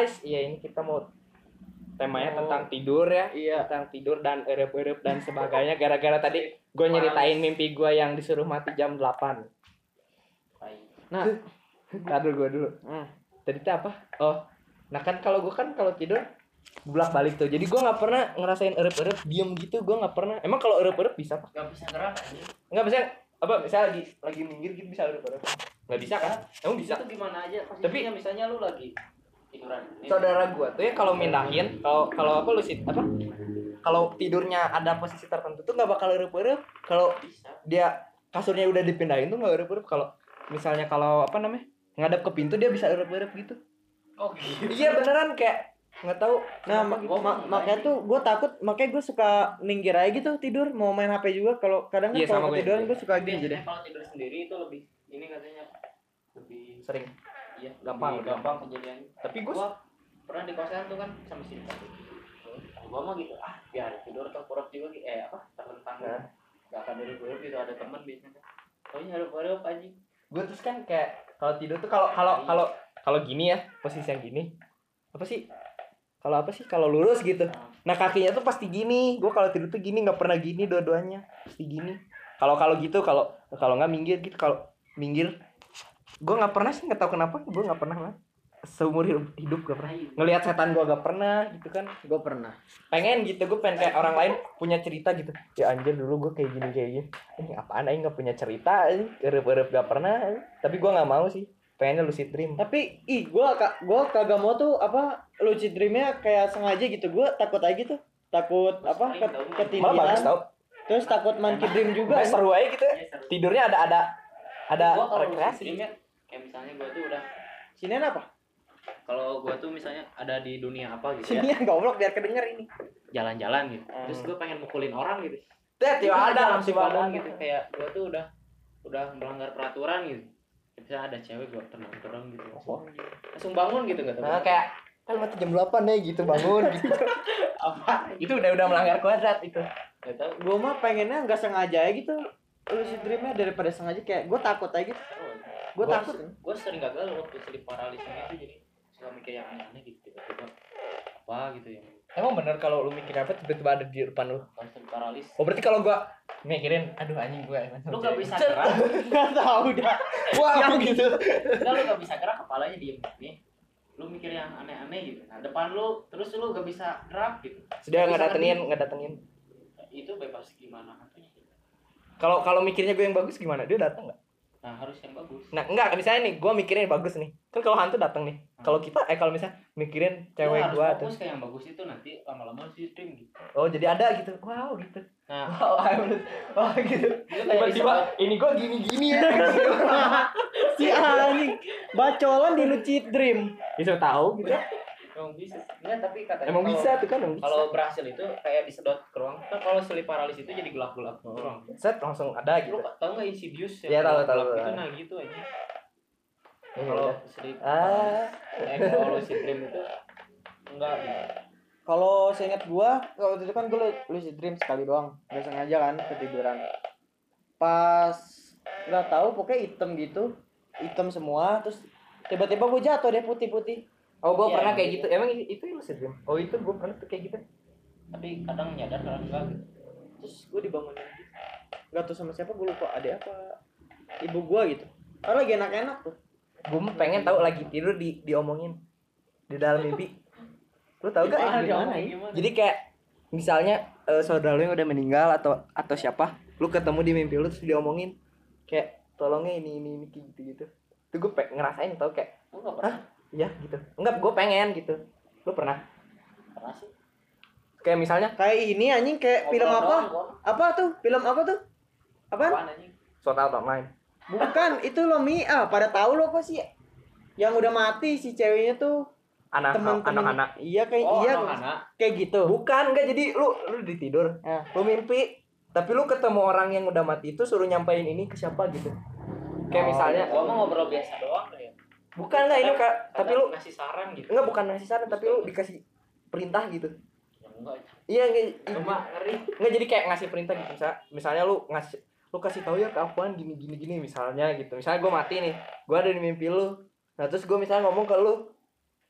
guys. Iya, ini kita mau temanya tentang tidur ya. Iya. Tentang tidur dan erep-erep dan sebagainya. Gara-gara tadi gue nyeritain mimpi gue yang disuruh mati jam 8. Nah, Taduh gue dulu. Tadi itu apa? Oh, nah kan kalau tidur bolak-balik tuh. Jadi gue nggak pernah ngerasain erep-erep diem gitu. Gue nggak pernah. Emang kalau erep-erep bisa apa? Nggak bisa gerak aja. Nggak bisa. Apa? Misalnya lagi minggir gitu bisa erep-erep? Nggak bisa kan? Emang bisa? Itu gimana aja? Tapi Posisinya misalnya lu lagi tiduran. saudara gue tuh ya kalau mindahin, kalau apa lucid apa? Kalau tidurnya ada posisi tertentu tuh nggak bakal erep-erep. Kalau dia kasurnya udah dipindahin tuh nggak erep-erep. Kalau misalnya kalau apa namanya ngadap ke pintu dia bisa erep-erep gitu. Oh gitu. Iya beneran kayak nggak tahu. nah makanya tuh gue takut, makanya gue suka minggir aja gitu tidur, mau main HP juga. Kalau kadang kan Iya, kalau sama ketiduran gue suka gini Biasanya jadi. kalau tidur sendiri itu lebih ini katanya lebih Sering. iya Gampang. gampang kejadiannya. Tapi Gua pernah di kosan tuh kan sama si gua mah gitu biar tidur terpuruk juga gitu terlentang gitu. Gak akan dari buruk gitu, ada teman biasanya harus buruk aja. gue terus kan kayak kalau tidur tuh kalau gini ya, posisi yang gini apa sih, kalau lurus gitu, nah kakinya tuh pasti gini. Gue kalau tidur tuh gini, nggak pernah gini dua-duanya, pasti gini. Kalau gitu kalau nggak minggir gitu. Kalau minggir gue nggak pernah sih, nggak tahu kenapa gue nggak pernah lah. Seumur hidup gak pernah ngelihat setan. Gue gak pernah gitu kan. Gue pernah Pengen gitu, gue pengen kayak orang lain punya cerita gitu. Ya anjir dulu gue kayak gini ini apaan aja, nggak punya cerita, erep gak pernah. Tapi gue nggak mau sih, pengennya lucid dream. tapi gue kagak mau tuh apa lucid dreamnya kayak sengaja gitu. Gue takut aja gitu, takut apa Malah ketindihan, bagus tau. terus takut monkey dream juga. Seru aja gitu ya. Tidurnya ada Gua kalau rekreasi. streamnya kayak misalnya gua tuh udah Sinian apa? kalau gua tuh misalnya ada di dunia apa gitu ya, Sinian goblok biar kedenger ini. jalan-jalan gitu, terus gua pengen mukulin orang gitu. Tiba ada langsung bangun gitu, kayak gua tuh udah melanggar peraturan gitu. Misalnya ada cewek gua tenang gitu, langsung bangun gitu nggak tahu. Nah, kayak kan mati jam 8 nih gitu, bangun gitu. Apa? Itu udah melanggar kodrat itu. Nggak tahu. Gue mah pengennya nggak sengaja aja gitu lucid dreamnya daripada sengaja. Kayak gue takut aja gitu. Gue takut. Gue sering gagal waktu sleep paralysisnya itu, jadi suka mikir yang aneh-aneh gitu, tiba-tiba apa gitu yang Emang bener kalau lu mikir apa tiba-tiba ada di depan lu. pas sleep paralysis. Oh berarti kalau gua mikirin, aduh anjing gua Lu gak bisa gerak. Nggak tahu dah. Wow gitu. Enggak, lu gak bisa gerak, kepalanya diem nih. Lu mikir yang aneh-aneh gitu. Nah, depan lu terus lu gak bisa gerak gitu. Sudah Nggak bisa nggak datengin. Itu bebas gimana katanya. Kalau mikirnya gue yang bagus gimana? Dia datang nggak? Nah, harus yang bagus. Nah enggak, misalnya nih gue mikirin yang bagus nih. Kan kalau hantu datang nih. Kalau kita kalau misalnya mikirin cewek Lu harus gua fokus tuh. kayak yang bagus itu, nanti lama-lama sih stream gitu. Oh jadi ada gitu. Wow gitu. Nah, Wow gitu. Tiba-tiba ini gue gini-gini ya. Si anjing bacolan di lucid dream. Bisa tahu gitu. emang bisa. Enggak, tapi katanya Emang kalau- bisa tuh kan, emang bisa. Kalau berhasil itu kayak disedot ke ruang. Kan kalau sleep paralysis itu jadi gelap-gelap ke ruang. Set langsung ada Lu gitu. tau nggak Insidious Iya, tahu. gelap gitu, nah gitu aja. Iya, Kalau iya. sleep Ah. kalau lucid dream itu enggak gitu. Kalau seingat gua, kalau itu kan gua lucid dream sekali doang, nggak sengaja kan ketiduran. Pas nggak tahu pokoknya hitam semua, terus tiba-tiba gua jatuh deh putih-putih. Oh gue Iya, pernah kayak gitu. gitu. Emang itu lucid dream? Oh itu gue pernah tuh kayak gitu. Tapi kadang nyadar, kadang enggak gitu. Terus gue dibangunin gitu. Nggak tahu sama siapa, gua lupa, ada apa ibu gua gitu. Karena lagi enak-enak tuh. Gue pengen tahu lagi tidur diomongin di dalam mimpi. Lu tahu gak? Gimana? Jadi kayak misalnya saudara lu yang udah meninggal atau siapa, lu ketemu di mimpi lu terus diomongin kayak tolongnya ini gitu. Itu gue ngerasain tau kayak, Gue nggak pernah. iya gitu. Enggak, gue pengen gitu. Lu pernah? Pernah sih. Kayak misalnya Kayak ini anjing kayak film Ngobrol apa? doang gua. Apa tuh? Film apa tuh? Apaan? Apaan anjing? Sword Art Online. Bukan, itu lo pada tahu lo apa sih? Yang udah mati si ceweknya tuh teman-teman. Anak-anak. Iya kayak Oh, iya anak-anak. kayak gitu. Bukan, enggak, jadi lu ditidur. Ya. Lu mimpi, tapi lu ketemu orang yang udah mati itu suruh nyampein ini ke siapa gitu. Kayak misalnya Gua mau ngobrol biasa doang deh. bukan enggak ini Kak, tapi lu ngasih saran gitu. enggak bukan ngasih saran tapi lu dikasih perintah gitu. Ya, enggak. Iya enggak. Cuma ngeri. Enggak jadi kayak ngasih perintah gitu. Misalnya lu kasih tahu ya ke Afwan gini misalnya gitu. Misalnya gue mati nih, gue ada di mimpi lu. Nah terus gue misalnya ngomong ke lu,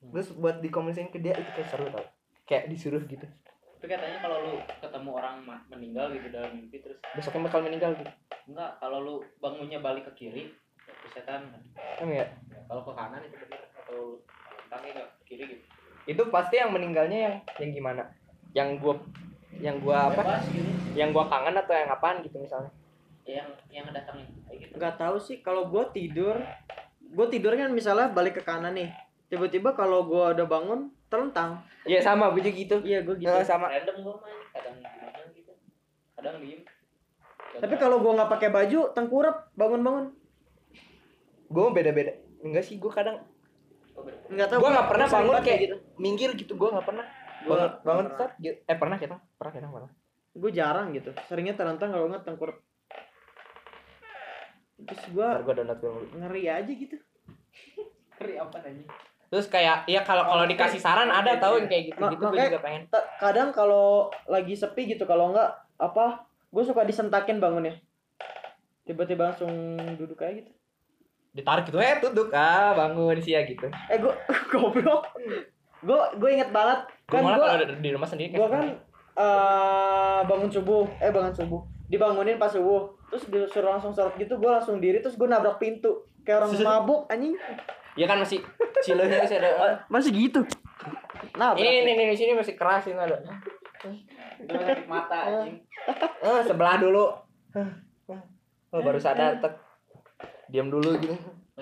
Terus buat dikomunikasiin ke dia itu kayak seru tau. Kayak disuruh gitu. Tapi katanya kalau lu ketemu orang meninggal gitu dalam mimpi terus Besoknya bakal meninggal gitu. enggak, kalau lu bangunnya balik ke kiri itu setan kan. Emang ya? Kalau ke kanan itu benar atau tangnya ke kiri gitu. Itu pasti yang meninggalnya yang gimana? Yang gua apa? Bebas gitu. Yang gua kangen atau yang apaan gitu misalnya. Yang datangin kayak gitu. Nggak tahu sih, kalau gue tidur kan misalnya balik ke kanan nih, tiba-tiba kalau gue udah bangun terlentang. Iya sama gue juga gitu. Iya gue gitu. Sama. Random gua main kadang gimana gitu. Kadang diem. Tapi kalau gue nggak pakai baju tengkurap bangun-bangun. Gue beda-beda. Enggak sih, gue kadang Nggak tahu. gue nggak pernah sering bangun banget kayak gitu. Minggir gitu, gue nggak pernah. Bangun set gitu. Pernah kita? Pernah. Gue jarang gitu. Seringnya terlentang kalau nggak tengkurap. Terus gue Ntar gue download dulu. ngeri aja gitu. Ngeri apa nanya? Terus kayak ya kalau dikasih saran ada tahu yang kayak gitu gitu gue Makanya juga pengen. Kadang kalau lagi sepi gitu, kalau nggak apa, gue suka disentakin bangunnya. Tiba-tiba langsung duduk kayak gitu. Ditarik gitu duduk bangun sih ya gitu. Gue goblok. Gue inget banget Gue kan malah gue kalau di rumah sendiri gue kan bangun subuh dibangunin pas subuh, terus disuruh langsung sholat gitu, gue langsung diri, terus gue nabrak pintu kayak orang mabuk anjing. ya kan masih cilenya masih ada. Masih gitu. Nah, Ini di sini masih keras ini ada. Itu sakit mata anjing. Sebelah dulu. Baru sadar tek. Diam dulu gitu.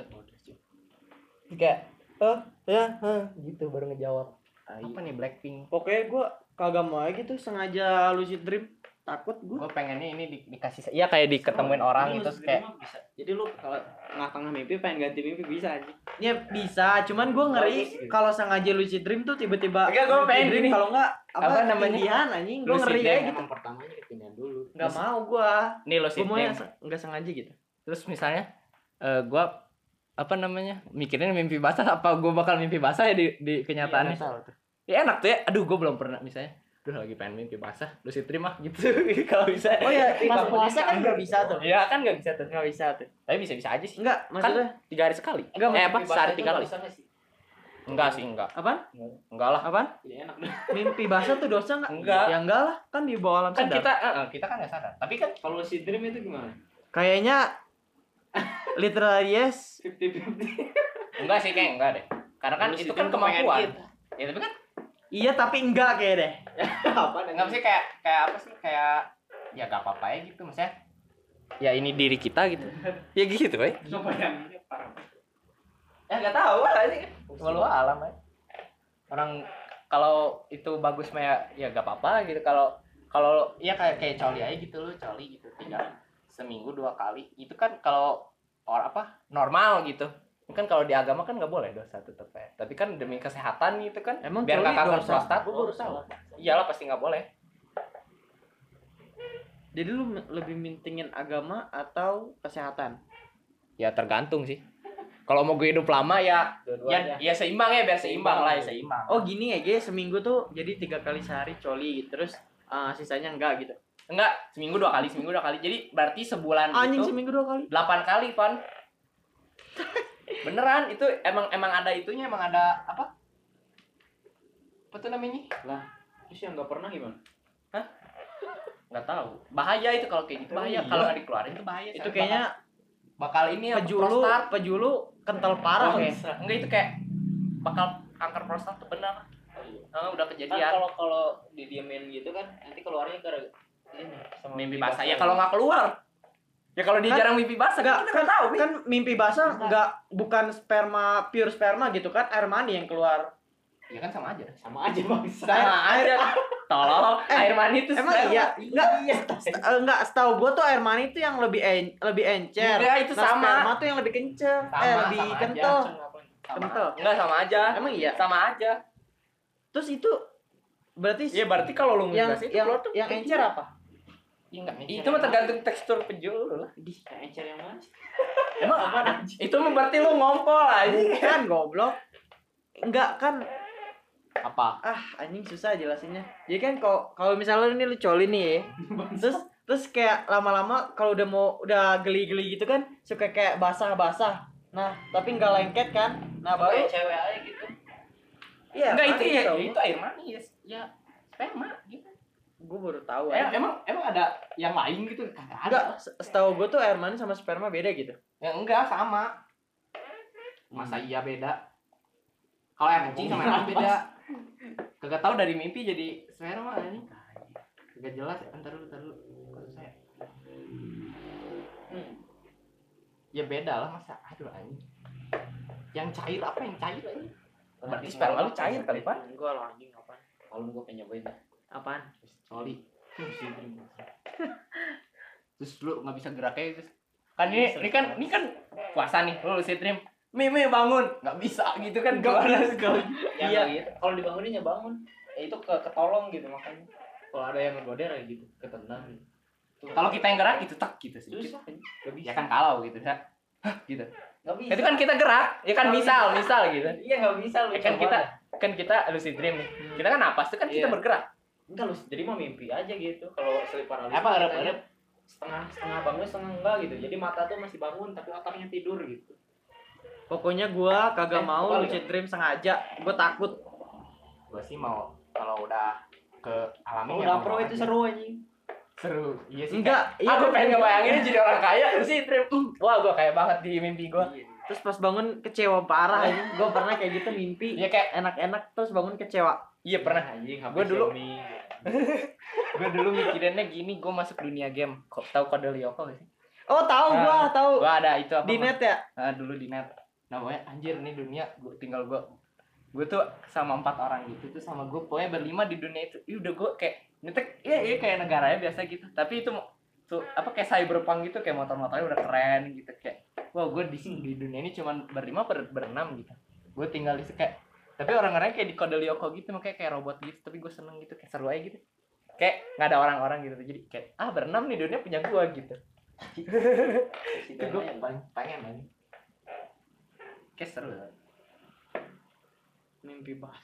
Kayak gitu baru ngejawab. Apa nih Blackpink? pokoknya gue kagak mau gitu sengaja lucid dream, takut gue. Gue pengennya ini dikasih iya kayak diketemuin orang gitu kayak bisa. Jadi lu kalau tengah-tengah mimpi pengen ganti mimpi bisa aja. Ya bisa, cuman gue ngeri Bagus gitu. kalau sengaja lucid dream tuh tiba-tiba. Enggak, gua pengen dream, gini. kalau enggak Apa namanya? ketindihan anjing, gue Lucid ngeri dream aja gitu. Emang pertamanya ketindihan dulu. Enggak mau gue. nih lo sih. Gue mau yang enggak sengaja gitu. Terus misalnya gue apa namanya mikirin mimpi basah apa gue bakal mimpi basah ya di kenyataannya. Ya enak tuh ya. Aduh gue belum pernah misalnya. Aduh lagi pengen mimpi basah. Lucid dream gitu. Kalau bisa. Oh ya, pas puasa kan enggak bisa tuh. Iya kan nggak bisa tuh. Enggak bisa tuh. Tapi bisa aja sih. Enggak, maksudnya Kan 3 hari sekali. Enggak, apa Mimpi sehari basah 3 itu kali. dosa nggak sih? Enggak sih enggak. apaan? Enggak lah. Apaan? Jadi enak deh. Mimpi basah tuh dosa enggak? Enggak. Ya enggak lah, kan di bawah alam Kan sadar. kita kan nggak sadar. Tapi kan Kalau lucid dream itu gimana? Kayaknya literal yes. 50-50. enggak sih kayak enggak deh. Karena kan Lucid itu kan dream tuh pengen kemampuan. gitu. Ya tapi kan Iya tapi enggak kayak deh. Apa enggak sih kayak apa sih kayak ya gak apa-apa ya gitu maksudnya. Ya ini diri kita gitu. Ya gitu, Boy. Coba yang ini parah. Ya nggak tahu lah ini cuma lu alam ya. Orang kalau itu bagus mah ya gak apa-apa gitu. Kalau ya kayak coli aja gitu lu coli gitu 3 seminggu 2 kali itu kan kalau orang apa normal gitu. Kan kalau di agama kan nggak boleh dosa tetep ya. Tapi kan demi kesehatan gitu kan. Emang biar coli nggak kanker dosa? prostat. Gua baru tahu. Iyalah pasti nggak boleh. Jadi lu lebih mintingin agama atau kesehatan? Ya tergantung sih. Kalau mau gue hidup lama ya Dua-duanya. ya seimbang ya biar seimbang lah ya seimbang. Oh gini ya guys, seminggu tuh jadi 3 kali sehari coli gitu. Terus sisanya enggak gitu. Enggak, seminggu 2 kali, seminggu 2 kali. Jadi berarti sebulan Anjing itu seminggu 2 kali. 8 kali, Pan. Beneran itu emang ada itunya, emang ada apa? Apa tuh namanya? Lah, terus yang nggak pernah gimana? Nggak tahu. Bahaya itu kalau kayak gitu. Oh, Bahaya iya. kalau nggak dikeluarin itu bahaya. Itu Bakal- kayaknya bakal ini ya pejulu kental parah kayak. Enggak itu kayak bakal kanker prostat tuh benar. Udah Kan kejadian. kalau didiemin gitu kan nanti keluarnya gara ini sama Mimpi basah ya kalau nggak keluar. Ya kalau dia Kan- jarang mimpi basah Enggak, kita nggak tahu. kan mimpi basah bukan pure sperma gitu kan, air mani yang keluar. Ya kan sama aja. sama aja bangsa. Sama aja. Tolong air mani itu Emang sperma. iya? Enggak, setahu gua tuh air mani itu yang lebih encer. Enggak, itu Nah, sama. sperma tuh yang lebih kenceng. Lebih sama aja. kental. Sama. Kental. Enggak sama aja. Emang iya? Sama aja. Terus itu berarti Ya berarti kalau lu yang ngegas itu yang keluar tuh yang encer apa? Ya enggak. Encer Itu mah yang tergantung tekstur penjuru lu lah. Kayak encer yang mana? Emang apa? Itu mah berarti lu ngompol aja. Kan goblok. Enggak kan, Apa? anjing susah jelasinnya. Jadi kan kalau misalnya lu coli nih, terus kayak lama-lama kalau udah geli-geli gitu kan suka kayak basah-basah. Nah, tapi nggak lengket kan. Nah, baru Kayak cewek aja gitu. Iya, Enggak itu manis ya, tau. itu air manis. Ya sperma gitu. Gue baru tahu aja. Emang ada yang lain gitu? Kagak ada. Enggak, setahu gue tuh air manis sama sperma beda gitu. Ya enggak sama. Masa iya beda? Kalau air kencing sama air manis beda. Kagak tahu dari mimpi jadi sperma ini. Kagak jelas. Entar dulu. Kok saya. Ya beda lah masa. Aduh anjing. Yang cair apa yang cair anjing? Berarti sperma lu cair kali, Pak? Enggak lah anjing apaan. Kalau gue pengen nyobain dah. Apaan? Coli. Terus lu nggak bisa geraknya terus kan ini kan puasa nih lu lucid dream Mimi bangun nggak bisa gitu kan gimana sekali Iya gitu. Kalau dibangunin ya bangun. Ya itu ketolong gitu makanya. Kalau ada yang ngegoder ya gitu, ketendang gitu. kalau kita yang gerak itu tak gitu sih Susah kan? Gak bisa. ya kan kalau gitu ya gitu Gak bisa. itu kan kita gerak ya kan misal gitu Iya gak bisa lu. ya kan kita lucid dream nih kita kan napas itu kan kita Iya. bergerak Enggak lu jadi mah mimpi aja gitu. Kalau sleep paralysis apa kita arep setengah bangun setengah enggak gitu. Jadi mata tuh masih bangun tapi otaknya tidur gitu. Pokoknya gue kagak mau kebalik lucid dream sengaja. Gue takut. gua sih mau kalau udah ke alamnya Kalau ya udah mau pro aja. itu seru anjing. seru iya sih Enggak, iya aku gua pengen juga. ngebayanginnya jadi orang kaya lucid dream wah gua kaya banget di mimpi gua Terus pas bangun kecewa parah ini. Gue pernah kayak gitu mimpi. ya kayak Enak-enak terus bangun kecewa. iya pernah Anjing Gua dulu- Xiaomi. gue dulu mikirinnya gini gue masuk dunia game kok tahu kode Lyoko gak sih Oh, tahu Nah, tahu. gue ada itu apa Di net ya? dulu di net namanya anjir nih dunia gue tuh sama 4 orang gitu tuh sama gue pokoknya berlima di dunia itu udah gue kayak nyetek iya kayak negaranya biasa gitu tapi itu tuh apa kayak cyberpunk gitu kayak motor-motornya udah keren gitu kayak wah gue di dunia ini cuman berlima berenam gitu gue tinggal di kayak tapi orang-orangnya kayak di kode Lyoko gitu makanya kayak robot gitu tapi gue seneng gitu kayak seru aja gitu kayak nggak ada orang-orang gitu jadi kayak berenam nih dunia punya gue gitu itu gue paling pengen aja kayak seru ya. Mimpi bah.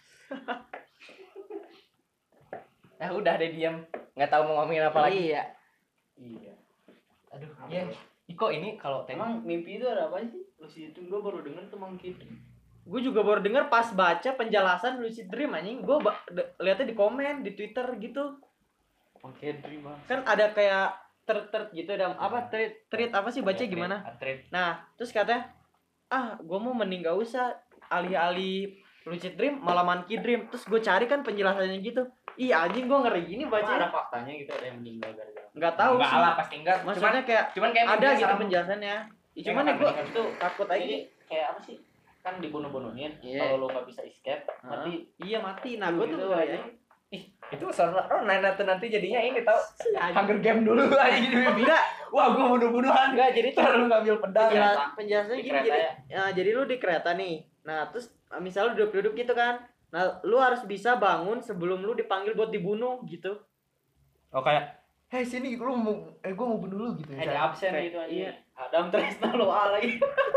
Udah deh diam nggak tahu mau ngomongin apa lagi Iya. Iya. aduh iya Iko ini kalau tema Emang mimpi itu ada apa sih? Lucid dream gue baru denger tuh Monkey Dream. Gue juga baru denger pas baca penjelasan lucid dream anjing. Gue liatnya di komen di Twitter gitu. Monkey Dream bang. Kan ada kayak thread gitu ada apa thread apa sih baca gimana? Atlet Nah, terus katanya gue mau mending gak usah alih-alih lucid dream malah monkey dream. Terus gue cari kan penjelasannya gitu. Ih anjing gue ngeri gini Ada baca. faktanya gitu ada yang meninggal gara-gara. Nggak tahu enggak sih. lah pasti enggak Maksudnya kayak cuman kayak ada gitu serem. penjelasannya. Ya, cuman Kayak ya gue Itu takut aja. jadi kayak apa sih? Kan dibunuh-bunuhin. Iya. Kalau lu nggak bisa escape, mati. Iya mati. Nah gue tuh Gitu ngeri aja. aja. itu seru nanti jadinya ini tau Anjing. Hunger Game dulu aja di mimpi Enggak, wah gue bunuh-bunuhan enggak jadi tuh lu ngambil pedang penjelasannya Di gini kereta jadi ya. jadi lu di kereta nih. Nah, terus misalnya lu duduk-duduk gitu kan. Nah, lu harus bisa bangun sebelum lu dipanggil buat dibunuh gitu. oh kayak hei sini lu mau gue mau bunuh lu gitu Ada absen Kayak- gitu aja. iya. Adam Tresna lu lagi.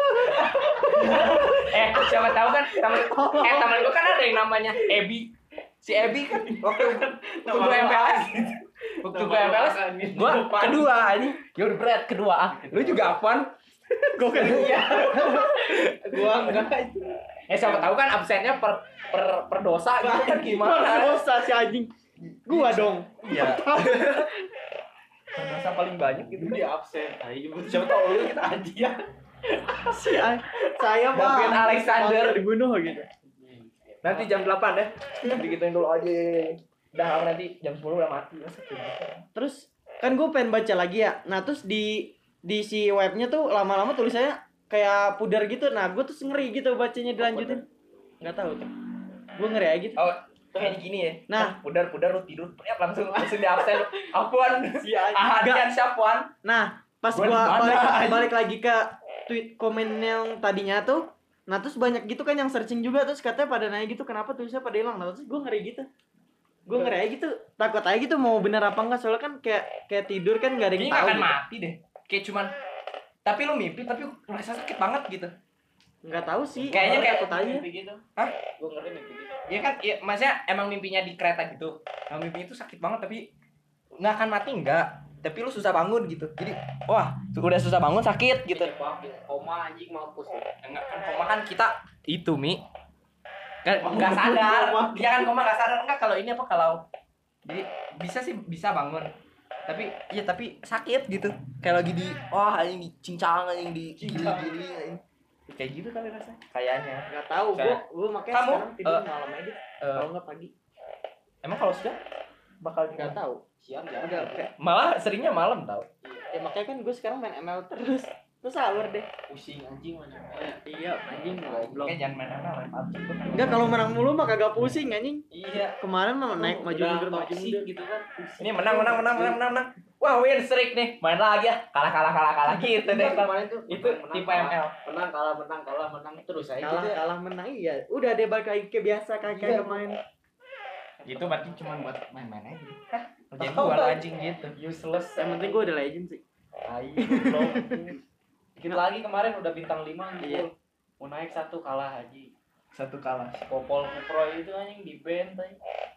siapa tahu kan teman gue kan ada yang namanya Ebi si Ebi kan waktu gue MPLS waktu gue MPLS gue kedua anjing ya udah berat kedua lu juga apaan Gue kan iya. Gua enggak. siapa tahu kan absennya per dosa gitu kan gimana Dosa si anjing. Gua dong. iya per dosa paling banyak gitu Dia absen. Ayo siapa tahu lu kita hadiah Saya David mah Alexander. dibunuh gitu. nanti jam 8 deh digituin dulu aja udah nanti jam 10 udah mati Terus kan gue pengen baca lagi ya. Nah, terus di si webnya tuh lama-lama tulisannya kayak pudar gitu. Nah, gue tuh ngeri gitu bacanya dilanjutin. Nggak tahu tuh. Gue ngeri aja gitu. oh kayak gini ya Nah. pudar lu tidur langsung di absen apaan Si anjing. ahadian siapaan Nah, pas Gua gua di mana, balik lagi ke tweet komen yang tadinya tuh, nah terus banyak gitu kan yang searching juga terus katanya pada nanya gitu kenapa tulisnya pada hilang. Nah, terus gua ngeri gitu. Gua ngeri aja gitu, takut aja gitu mau bener apa enggak soalnya kan kayak tidur kan enggak ada yang kayaknya tahu. nggak akan Gitu. mati deh kayak cuman tapi lu mimpi tapi merasa sakit banget gitu Enggak tahu sih. Kayaknya Gua kayak takut aja. Mimpi gitu. Hah? Gue ngeri mimpi gitu. ya kan ya, maksudnya emang mimpinya di kereta gitu emang mimpi itu sakit banget tapi nggak akan mati enggak tapi lu susah bangun gitu jadi wah udah susah bangun sakit gitu Koma anjing mampus. enggak kan koma kan kita itu Mi Kan nggak sadar. Dia kan koma nggak sadar. Enggak, kalau ini apa kalau jadi bisa bangun. Tapi sakit gitu. Kayak lagi anjing dicincang anjing di gili-gili anjing. Kayak gitu kali rasanya. Kayaknya. Nggak tahu, gua makanya Kamu, sekarang tidur malam aja. Kalau nggak pagi. Emang kalau siang bakal Nggak tahu. Siang ya. Udah kayak malah seringnya malam tau. ya makanya kan gue sekarang main ML terus sahur deh. Pusing anjing mana. Iya, anjing goblok. Kayak jangan main ML, main PUBG. Enggak, kalau menang mulu mah kagak pusing anjing. Iya. Kemarin mah naik maju mundur maju toksik mundur. gitu kan. Pusing. Ini menang. Wah, win streak nih. Main lagi ya. Kalah gitu deh. Kemarin tuh Itu tipe ML. menang kalah terus aja Kalah gitu ya. kalah menang iya. Udah deh balik lagi ke biasa kayak main. Itu berarti cuma buat main-main aja. Jadi Tahu, gua Pak. anjing gitu. Useless. Yang penting gue udah legend sih. Tai goblok. Dikit lagi kemarin udah bintang 5 Iya. Mau naik 1 kalah haji. Satu kalah. Popol Pro itu anjing di band tai.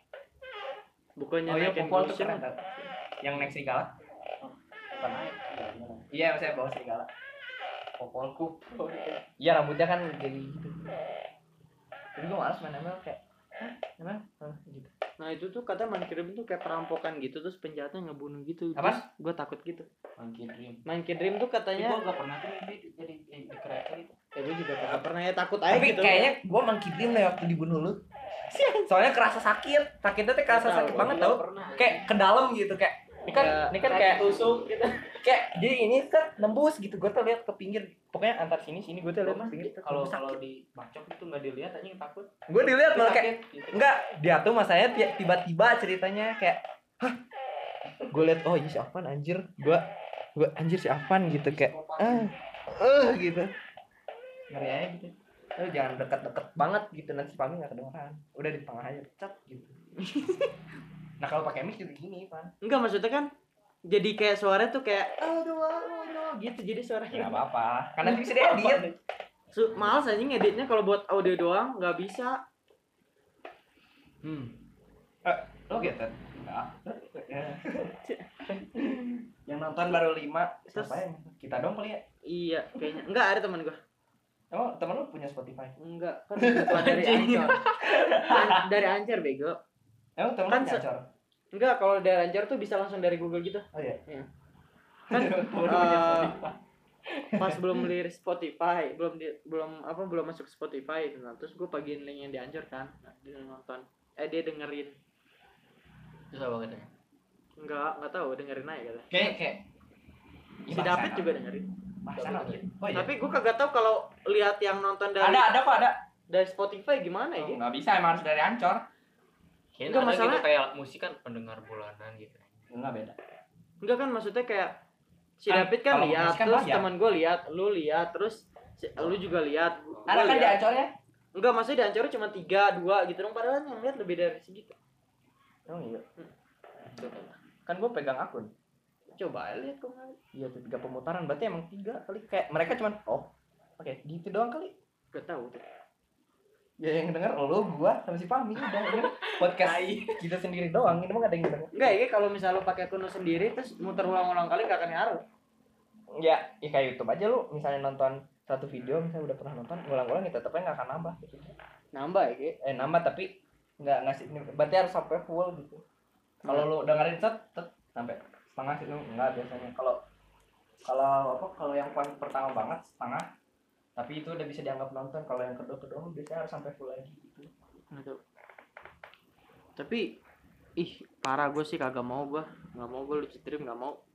Bukannya Oh iya, naikin Popol tuh musim. keren tau. Yang naik serigala. Bukan naik. Iya, saya bawa serigala. Popol Pro. Iya, rambutnya kan jadi gitu. Jadi gua malas main ML kayak emang gitu. Nah itu tuh kata Minecraft itu kayak perampokan gitu terus penjahatnya ngebunuh gitu. Apa? Gue takut gitu. Monkey Dream. Minecraft Dream tuh Tapi katanya. gua enggak pernah tuh mimpi jadi di kereta gitu. Ya gue juga gak pernah ya takut aja Tapi gitu. kayaknya gua mengkirim deh waktu dibunuh lu. Soalnya kerasa sakit. Sakitnya tuh kerasa Tahu, sakit banget Gua tau. pernah. Kayak ke dalam gitu kayak ini kan kayak tusuk gitu. kayak jadi ini kan nembus gitu. Gua tuh lihat ke pinggir. Pokoknya antar sini gua tuh lihat ke pinggir. Kalau di bacok itu enggak dilihat anjing takut. Gua dilihat Tapi malah kayak sakit, gitu. enggak, dia tuh masanya tiba-tiba ceritanya kayak hah. Gue liat oh iya si Afan anjir. Gua anjir si Afan gitu kayak gitu. Ngeri aja gitu. Lu jangan deket-deket banget gitu nanti Pami enggak kedengeran. Udah di tengah aja cat gitu. Nah, kalau pakai mic juga gini, Pan. Enggak maksudnya kan jadi kayak suaranya tuh kayak aduh gitu jadi Ya suaranya. enggak apa-apa. Karena nanti bisa diedit. Males aja ngeditnya kalau buat audio doang nggak bisa. Lo gitu. Enggak. Yang nonton baru 5. Terus- Siapa yang kita dong kali ya? Iya kayaknya enggak ada teman gua. Emang temen lu punya Spotify? Enggak kan bukan dari Anchor. Dari Anchor bego. Emang temen Kan lu nyacor? Enggak kalau dari Anchor tuh bisa langsung dari Google gitu. Oh iya. Iya. Kan pas belum beli Spotify, belum masuk Spotify gitu. Nah, terus gue bagiin link yang di Anchor kan. Nah, dia nonton. Dia dengerin. Terus apa katanya? Enggak tahu dengerin aja katanya. Kayak Si David juga dengerin. Bahasan apa? Oh iya. Tapi gue kagak tahu kalau lihat yang nonton dari Ada kok ada. dari Spotify gimana ya? Oh, nggak bisa emang harus dari Ancor. Kayaknya Enggak, ada masalah- gitu kayak musik kan pendengar bulanan gitu. Enggak beda. Enggak kan maksudnya kayak si Kan, David kan kalau lihat, musik kan terus bayar. teman gue lihat, lu lihat, terus lu juga lihat. Ada gua kan di lihat. Ancornya? Enggak, maksudnya di Anchor cuma 3, 2 gitu dong, padahal yang lihat lebih dari segitu. Oh iya. Kan gue pegang akun. Coba aja lihat kok nggak. Iya tuh 3 pemutaran. Berarti emang 3 kali. Kayak mereka cuman oke gitu doang kali. Gak tahu tuh. Ya yang denger lo, gua sama si Pami udah ini podcast kita sendiri doang. Ini mah gak ada yang denger. Enggak ya, kalau misalnya lu pakai akun lu sendiri terus muter ulang-ulang kali gak akan ngaruh. Ya kayak YouTube aja lu misalnya nonton satu video misalnya udah pernah nonton ngulang-ulang ya tetepnya nggak akan nambah gitu. Nambah ya, Ki. Nambah tapi nggak ngasih berarti harus sampai full gitu. Kalau lu dengerin set sampai setengah sih lu enggak biasanya. Kalau yang pertama banget setengah tapi itu udah bisa dianggap nonton. Kalau yang kedua lu biasanya harus sampai full lagi gitu. Nggak tahu. Tapi parah gue sih kagak mau gue. Nggak mau gue lucu stream, nggak mau.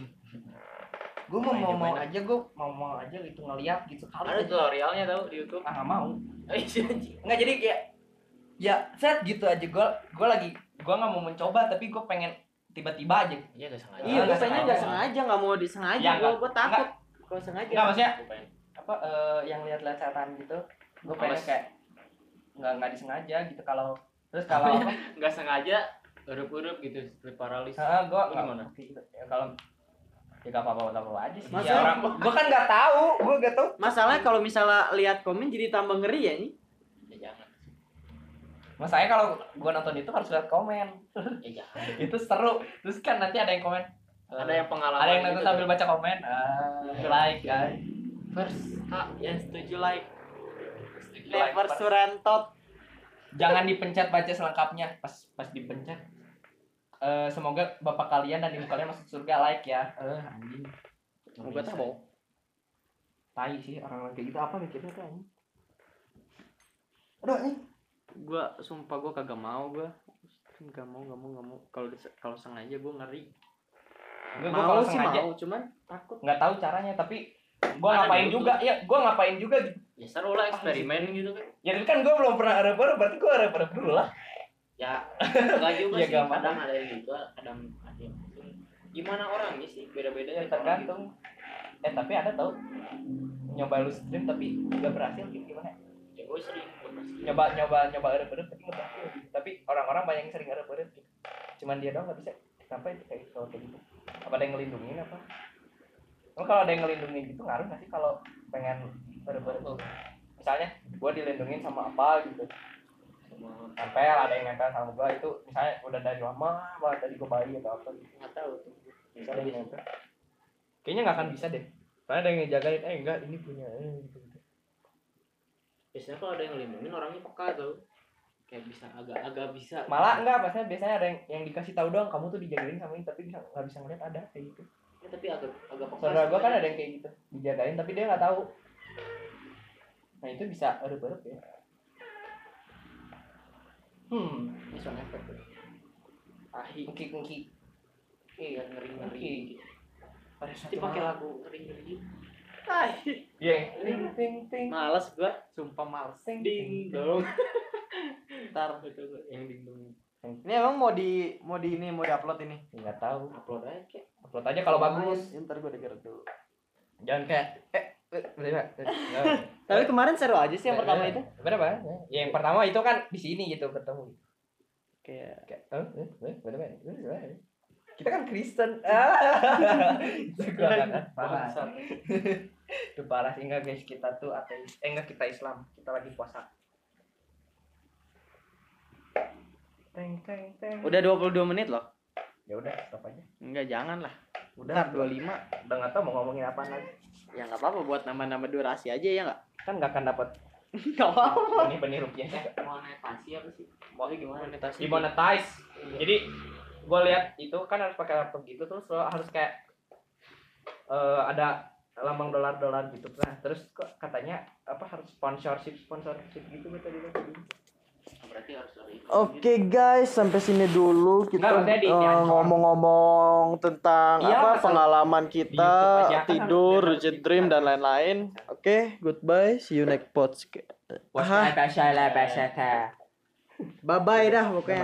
Gue mau aja gitu ngeliat gitu kali Ada aja. tutorialnya tau di YouTube. Nggak mau. Iya. Nggak jadi kayak ya set gitu aja gue nggak mau mencoba tapi gue pengen tiba-tiba aja. Iya gak sengaja. Iya, gue nggak pengen sengaja. nggak sengaja, nggak mau disengaja. Ya, Gue takut. Kalau sengaja. Nggak maksudnya Gua pengen. apa yang lihat-lihat setan gitu gue pengen Males. kayak nggak disengaja gitu kalau terus kalau apa Gak sengaja urup-urup gitu seperti paralis. gue Lu gimana? ya kalau ya gak apa-apa aja sih Masa? ya orang gue kan nggak tahu Masalahnya kalau misalnya lihat komen jadi tambah ngeri ya nih. Ya jangan. masanya kalau gue nonton itu harus lihat komen Ya jangan. itu seru terus kan nanti ada yang komen Ada yang pengalaman. ada yang nonton gitu. sambil baca komen like kan First, ya setuju like. Never surentot. Jangan dipencet baca selengkapnya. Pas dipencet. Semoga bapak kalian dan ibu kalian masuk surga, like ya. Anjing. Moga tahu. Tai sih orang kayak gitu, apa mikirnya tuh anjing. Aduh anjing. Sumpah gua kagak mau gua. Gak mau. Kalau sengaja gua ngeri. Gua kalau sengaja cuman takut. nggak tahu caranya, tapi gua ngapain juga ya, gua ngapain juga gitu. Ya seru lah eksperimen gitu kan. Ya kan gua belum pernah arep-arep, berarti gua arep-arep dulu lah. Ya enggak juga Ya, sih, gampang. kadang ada yang gitu, kadang ada yang gitu. Gimana orangnya sih, beda-beda Ya ya tergantung. Tapi ada tau nyoba lu stream tapi nggak berhasil gitu, gimana? Ya gue sering Nyoba arep-arep tapi nggak berhasil gitu. Tapi orang-orang banyak yang sering arep-arep gitu. Cuman dia doang nggak bisa. Kenapa itu kayak gitu? Apa ada yang ngelindungin apa? Kalau ada yang ngelindungin gitu ngaruh nggak sih kalau pengen arep-arep? Misalnya gua dilindungin sama apa gitu. Nempel, ada yang nempel sama gua itu misalnya udah dari lama banget, dari gua bayi atau apa gitu. nggak tahu tuh. Misalnya yang nempel. Kayaknya nggak akan bisa deh. Karena ada yang ngejagain, enggak ini punya gitu. Biasanya kalau ada yang ngelindungin orangnya peka tuh, kayak bisa agak bisa. Malah enggak, biasanya ada yang dikasih tahu doang, kamu tuh dijagain sama ini, tapi nggak bisa ngeliat ada kayak gitu. Ya, tapi agak peka. Saudara gua kan ada yang kayak gitu, dijagain tapi dia nggak tahu. Nah itu bisa arep-arep ya. Ini soal efek tuh. Engki. Iya ngeri. Pasti Satu pakai hal. lagu ngeri. Iya. Ting. Males gua, sumpah males. Ting. Ding dong. Ntar itu gua yang ding dong. Ini emang mau di-upload ini. Nggak tahu. Upload aja kayak. Upload aja kalau bagus. Ntar gue denger dulu. Jangan kayak Tapi kemarin seru aja sih yang pertama itu. Berapa? Ya, yang pertama itu kan di sini gitu ketemu. Kayak Berapa? Kita kan Kristen. Itu gua kan parah. Itu parah sih, enggak guys, kita tuh ateis. Enggak, kita Islam. Kita lagi puasa. Teng. udah 22 menit loh. Ya udah, stop aja. Enggak, jangan lah. Udah Ntar 25. Udah enggak tahu mau ngomongin apa lagi. Ya enggak apa-apa buat nambah-nambah durasi aja ya enggak? Kan enggak akan dapat Enggak apa-apa. benih rupiah juga. Monetasi apa sih? Maunya gimana? Dimonetize. Jadi gue lihat itu kan harus pakai laptop gitu, terus lo harus kayak ada lambang dolar gitu. Nah terus kok katanya apa harus sponsorship gitu tadi. Berarti harus dari itu. Oke guys, sampai sini dulu kita Nggak, maksudnya di ngomong-ngomong tentang Iya, apa betul. pengalaman Di kita YouTube aja kan tidur, harus lucid dream dan lain-lain. Oke, goodbye, see you next podcast. Bye bye dah pokoknya.